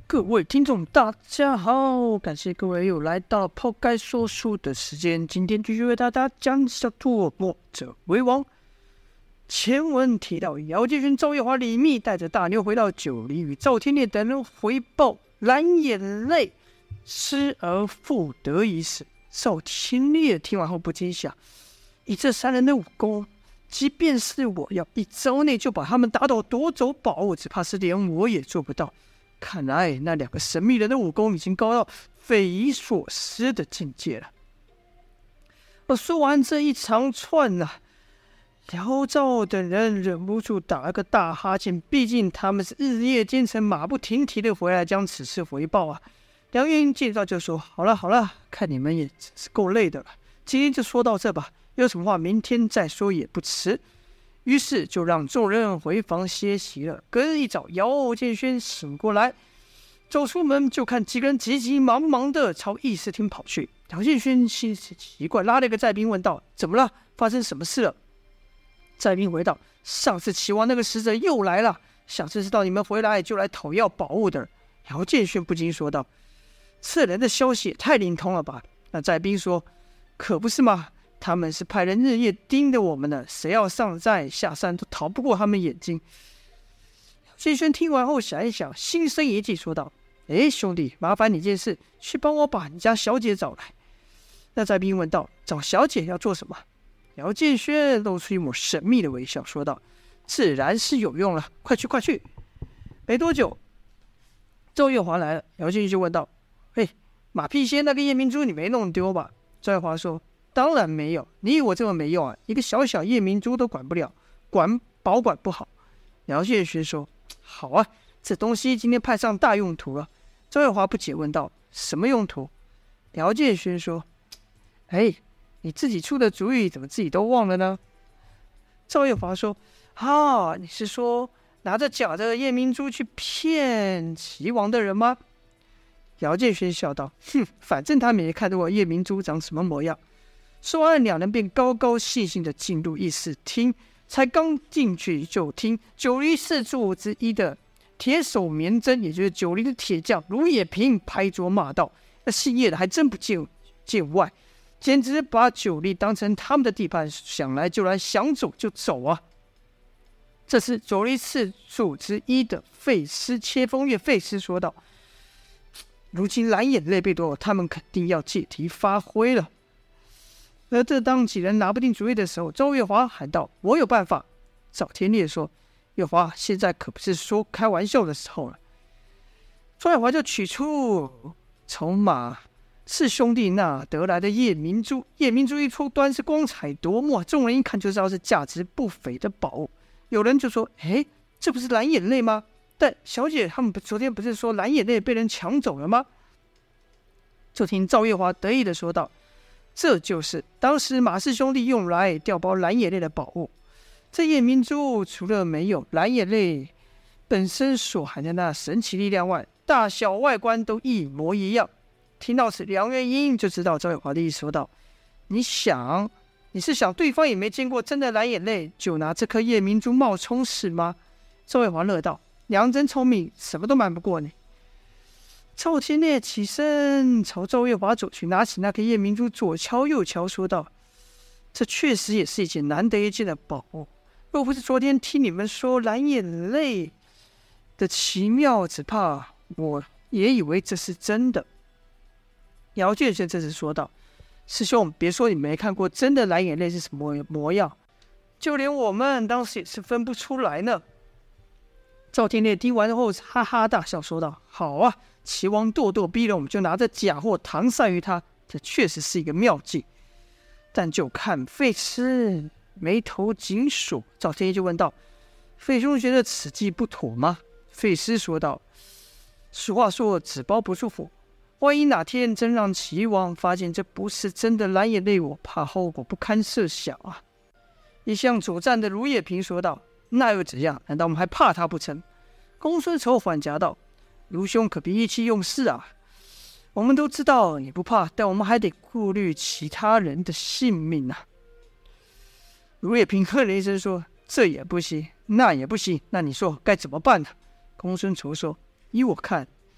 各位听众大家好，感谢各位又来到抛开说书的时间。今天继续为大家讲小兔墨者为王。前文提到，姚建勋、赵月华、李密带着大妞回到九黎，与赵天烈等人回报蓝眼泪失而复得一事。赵天烈听完后不禁想：以这三人的武功，即便是我要一周内就把他们打倒夺走宝物，只怕是连我也做不到。看来那两个神秘人的武功已经高到匪夷所思的境界了。而说完这一长串姚赵等人忍不住打了个大哈欠，毕竟他们是日夜兼程，马不停蹄的回来将此事回报啊。梁元英见到就说：“好了好了，看你们也真是够累的了，今天就说到这吧，有什么话明天再说也不迟。”于是就让众人回房歇息了。隔日一早，姚建轩醒过来，走出门就看几个人急急忙忙的朝议事厅跑去。姚建轩心奇怪，拉了一个寨兵问道：“怎么了？发生什么事了？”寨兵回道：“上次齐王那个使者又来了，想是知道你们回来就来讨要宝物的。”姚建轩不禁说道：“这人的消息也太灵通了吧？”那寨兵说：“可不是吗？他们是派人日夜盯着我们的，谁要上寨下山都逃不过他们眼睛。”建轩听完后想一想，心生一计，说道：“兄弟，麻烦你件事，去帮我把你家小姐找来。”那寨兵问道：“找小姐要做什么？”姚建轩露出一抹神秘的微笑，说道：“自然是有用了，快去快去。”没多久，赵月华来了，姚建轩就问道：“马屁仙那个夜明珠你没弄丢吧？”赵月华说：“当然没有，你以为我这么没用啊？一个小小夜明珠都管不了，保管不好。”姚建轩说：“好啊，这东西今天派上大用途了。”赵月华不解问道：“什么用途？”姚建轩说：“你自己出的主意，怎么自己都忘了呢？”赵月华说：“你是说拿着假的夜明珠去骗齐王的人吗？”姚建轩笑道：“反正他们也看到过夜明珠长什么模样。”说完，两人便高高兴兴地进入议事厅。才刚进去，就听九黎四柱之一的铁手棉针，也就是九黎的铁匠卢也平拍桌骂道：“那姓叶的还真不见外，简直把九黎当成他们的地盘，想来就来，想走就走啊！”这时，九黎四柱之一的费师切风月费师说道：“如今蓝眼泪被夺，他们肯定要借题发挥了。”而这当几人拿不定主意的时候，赵月华喊道：“我有办法！”赵天烈说：“月华，现在可不是说开玩笑的时候了。”赵月华就取出从马氏兄弟那得来的夜明珠，夜明珠一出端是光彩夺目，众人一看就知道是价值不菲的宝物。有人就说：“这不是蓝眼泪吗？但小姐他们昨天不是说蓝眼泪被人抢走了吗？”就听赵月华得意的说道：“这就是当时马氏兄弟用来调包蓝眼泪的宝物。这夜明珠除了没有蓝眼泪本身所含的那神奇力量外，大小外观都一模一样。”听到此，梁元英就知道赵月华的意思，说道：“你是想对方也没见过真的蓝眼泪，就拿这颗夜明珠冒充是吗？”赵月华乐道：“娘真聪明，什么都瞒不过你。”赵天烈起身朝赵月华走去，拿起那颗夜明珠左瞧右瞧，说道：“这确实也是一件难得一见的宝物。若不是昨天听你们说蓝眼泪的奇妙，只怕我也以为这是真的。”姚建轩这时说道：“师兄，别说你没看过真的蓝眼泪是什么模样，就连我们当时也是分不出来呢。”赵天烈听完后哈哈大笑，说道：“好啊，齐王咄咄逼人，我们就拿着假货搪塞于他，这确实是一个妙计。”但就看费师眉头紧锁，赵天烈就问道：“费兄觉得此计不妥吗？”费师说道：“俗话说纸包不住火，万一哪天真让齐王发现这不是真的蓝眼泪，我怕后果不堪设想啊。”一向主战的卢也平说道：“那又怎样？难道我们还怕他不成？”公孙丑反夹道：“卢兄可别意气用事啊！我们都知道你不怕，但我们还得顾虑其他人的性命啊。”卢也平喝了一声说：“这也不行，那也不行，那你说该怎么办呢？”公孙丑说：“依我看，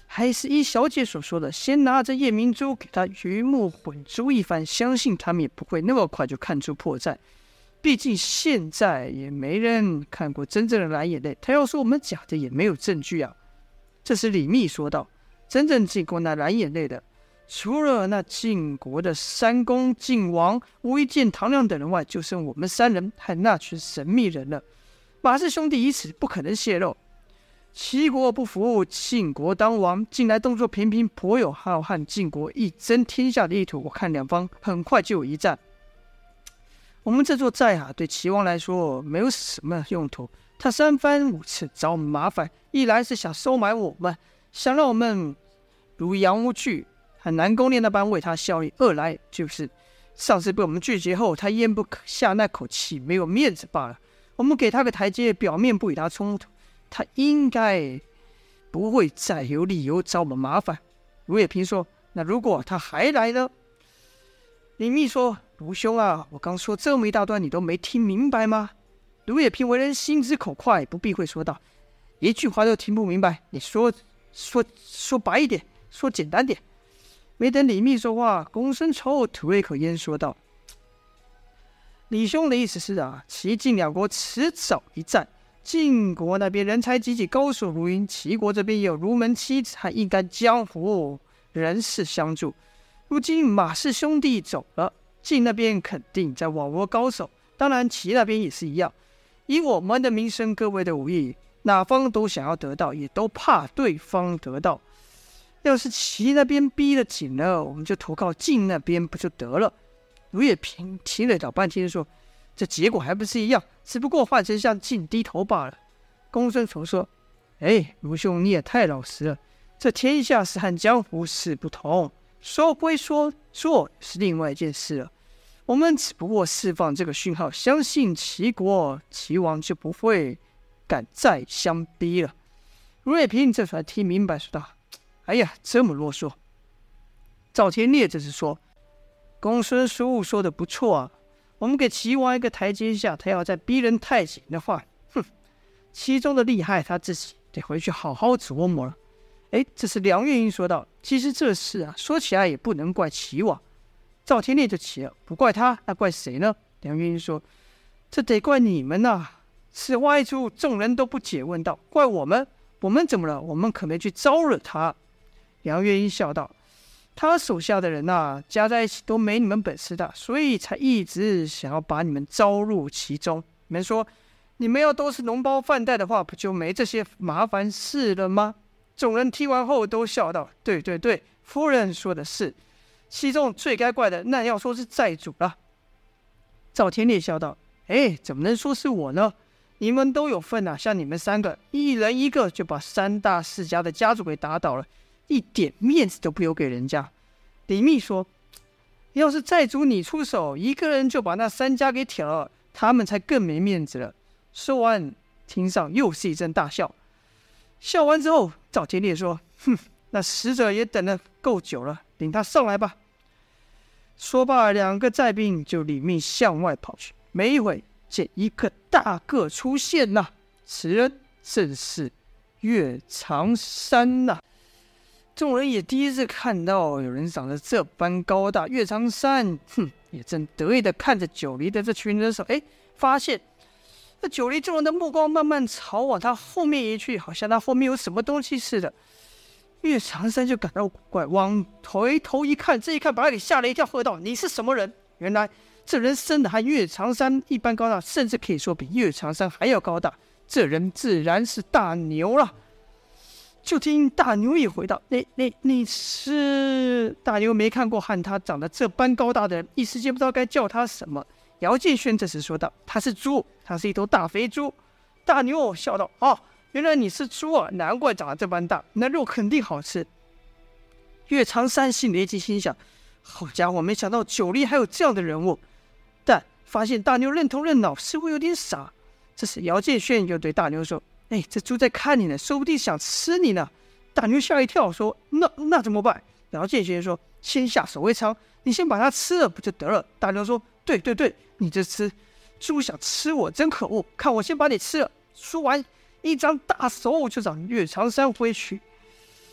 还是依小姐所说的，先拿着夜明珠给他鱼目混珠一番，相信他们也不会那么快就看出破绽。毕竟现在也没人看过真正的蓝眼泪，他要说我们假的也没有证据啊。这时李密说道：“真正进过那蓝眼泪的，除了那晋国的三公、晋王、吴一剑、唐亮等人外，就剩我们三人和那群神秘人了。马氏兄弟已死，不可能泄露。齐国不服，晋国当王，近来动作频频，颇有浩瀚晋国一争天下的意图。我看两方很快就有一战。我们这座寨对齐王来说没有什么用途，他三番五次找我们麻烦，一来是想收买我们，想让我们如杨无惧和南宫烈那般为他效力；二来就是上次被我们拒绝后，他咽不下那口气，没有面子罢了。我们给他个台阶，表面不与他冲突，他应该不会再有理由找我们麻烦。”卢也平说：“那如果他还来呢？”李密说：“卢兄啊，我刚说这么一大段，你都没听明白吗？”卢也平为人心直口快，不避讳说道：“一句话都听不明白，你说白一点，说简单点。”没等李密说话，公孙丑吐了一口烟，说道：“李兄的意思是齐晋两国迟早一战。晋国那边人才济济，高手如云；齐国这边也有儒门妻子和一干江湖人士相助。如今马氏兄弟走了，晋那边肯定在网罗高手，当然齐那边也是一样。以我们的名声，各位的武艺，哪方都想要得到，也都怕对方得到。要是齐那边逼得紧了，我们就投靠晋那边不就得了？”卢也平听了老半天说：“这结果还不是一样，只不过换成向晋低头罢了。”公孙丑说：“卢兄你也太老实了，这天下事和江湖事不同，说归说，做是另外一件事了。我们只不过释放这个讯号，相信齐国齐王就不会敢再相逼了。”卢也平这才听明白，说道：“哎呀，这么啰嗦。”赵天烈这是说：“公孙叔说的不错啊，我们给齐王一个台阶下，他要再逼人太紧的话，其中的厉害他自己得回去好好琢磨了。”这是梁月英说道：“其实这事说起来也不能怪齐王。”赵天烈就起了：“不怪他，那怪谁呢？”梁月英说：“这得怪你们呐！”此话一出，众人都不解，问道：“怪我们？我们怎么了？我们可没去招惹他。”梁月英笑道：“他手下的人加在一起都没你们本事大，所以才一直想要把你们招入其中。你们说，你们要都是脓包饭袋的话，不就没这些麻烦事了吗？”众人听完后都笑道：“对对对，夫人说的是。其中最该怪的，那要说是寨主了。”赵天烈笑道：“怎么能说是我呢？你们都有份像你们三个，一人一个就把三大世家的家主给打倒了，一点面子都不留给人家。”李密说：“要是寨主你出手，一个人就把那三家给挑了，他们才更没面子了。”说完，厅上又是一阵大笑。笑完之后，赵天烈说：“那使者也等了够久了，领他上来吧。”说罢，两个寨兵就领命向外跑去。没一会，见一个大个出现了，此人正是岳长山呐。众人也第一次看到有人长得这般高大。岳长山也正得意的看着九黎的这群人手，发现那九黎众人的目光慢慢朝往他后面移去，好像他后面有什么东西似的。岳长山就感到古怪，往回头一看，这一看把他给吓了一跳，喝道：“你是什么人？”原来这人生的和岳长山一般高大，甚至可以说比岳长山还要高大。这人自然是大牛了。就听大牛也回道：“你是？”大牛没看过和他长得这般高大的人，一时间不知道该叫他什么。姚建轩这时说道：“他是猪，他是一头大肥猪。”大牛笑道：“原来你是猪啊，难怪长得这般大，那肉肯定好吃。”岳长山心里一惊，心想：好家伙，没想到九黎还有这样的人物。但发现大牛认头认脑，似乎有点傻。这时姚建轩又对大牛说：“这猪在看你呢，说不定想吃你呢。”大牛吓一跳，说：“那怎么办？”姚建轩说：“先下手为强，你先把它吃了不就得了？”大牛说：“对，你这只猪想吃我，真可恶！看我先把你吃了。”说完，一张大手就往岳长山挥去。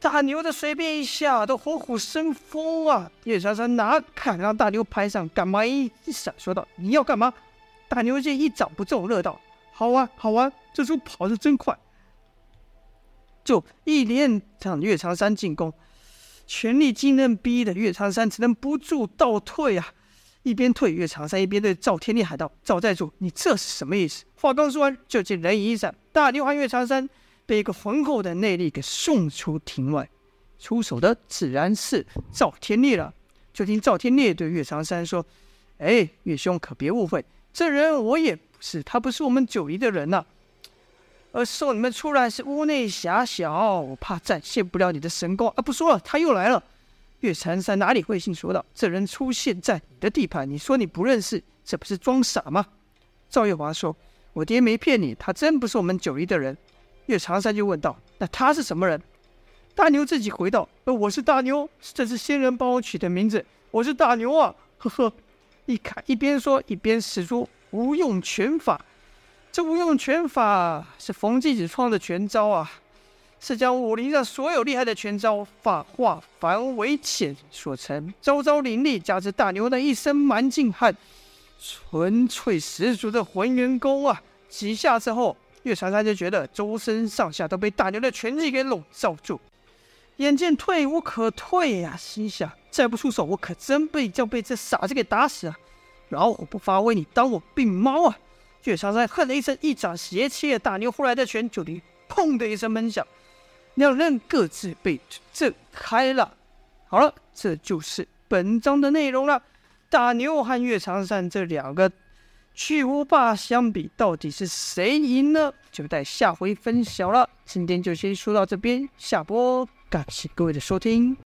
大牛的随便一下都虎虎生风啊！岳长山哪敢让大牛拍上，赶忙一闪说道：“你要干嘛？”大牛见一掌不中，乐道：“好玩，好玩！这出跑得真快！”就一连向岳长山进攻，全力惊人逼的岳长山只能不住倒退啊！一边退，岳长山一边对赵天烈喊道：“赵寨主，你这是什么意思？”话刚说完，就见人影一闪，大牛和岳长山被一个浑厚的内力给送出庭外。出手的自然是赵天烈了。就听赵天烈对岳长山说：“哎，岳兄可别误会，这人我也不是，他不是我们九夷的人呐。而送你们出来是屋内狭小，我怕展现不了你的神功啊！不说了，他又来了。”岳长山哪里会信，说道：“这人出现在你的地盘，你说你不认识，这不是装傻吗？”赵月华说：“我爹没骗你，他真不是我们九夷的人。”岳长山就问道：“那他是什么人？”大牛自己回道：“我是大牛，这是仙人帮我取的名字，我是大牛啊！”呵呵，一边说一边使出无用拳法。这无用拳法是冯继子创的拳招啊，是将武林上所有厉害的拳招化繁为浅所成，招招凌厉，加之大牛的一身蛮劲和纯粹十足的浑元功啊！几下之后，岳长山就觉得周身上下都被大牛的拳技给笼罩住，眼见退无可退呀，心想再不出手，我可真要被这傻子给打死啊！老虎不发威，你当我病猫啊！岳长山恨了一声，一掌斜切了大牛呼来的拳，就听砰的一声闷响，两人各自被震开了。好了，这就是本章的内容了。大牛和岳长山这两个巨无霸相比，到底是谁赢呢？就待下回分晓了。今天就先说到这边，下播，感谢各位的收听。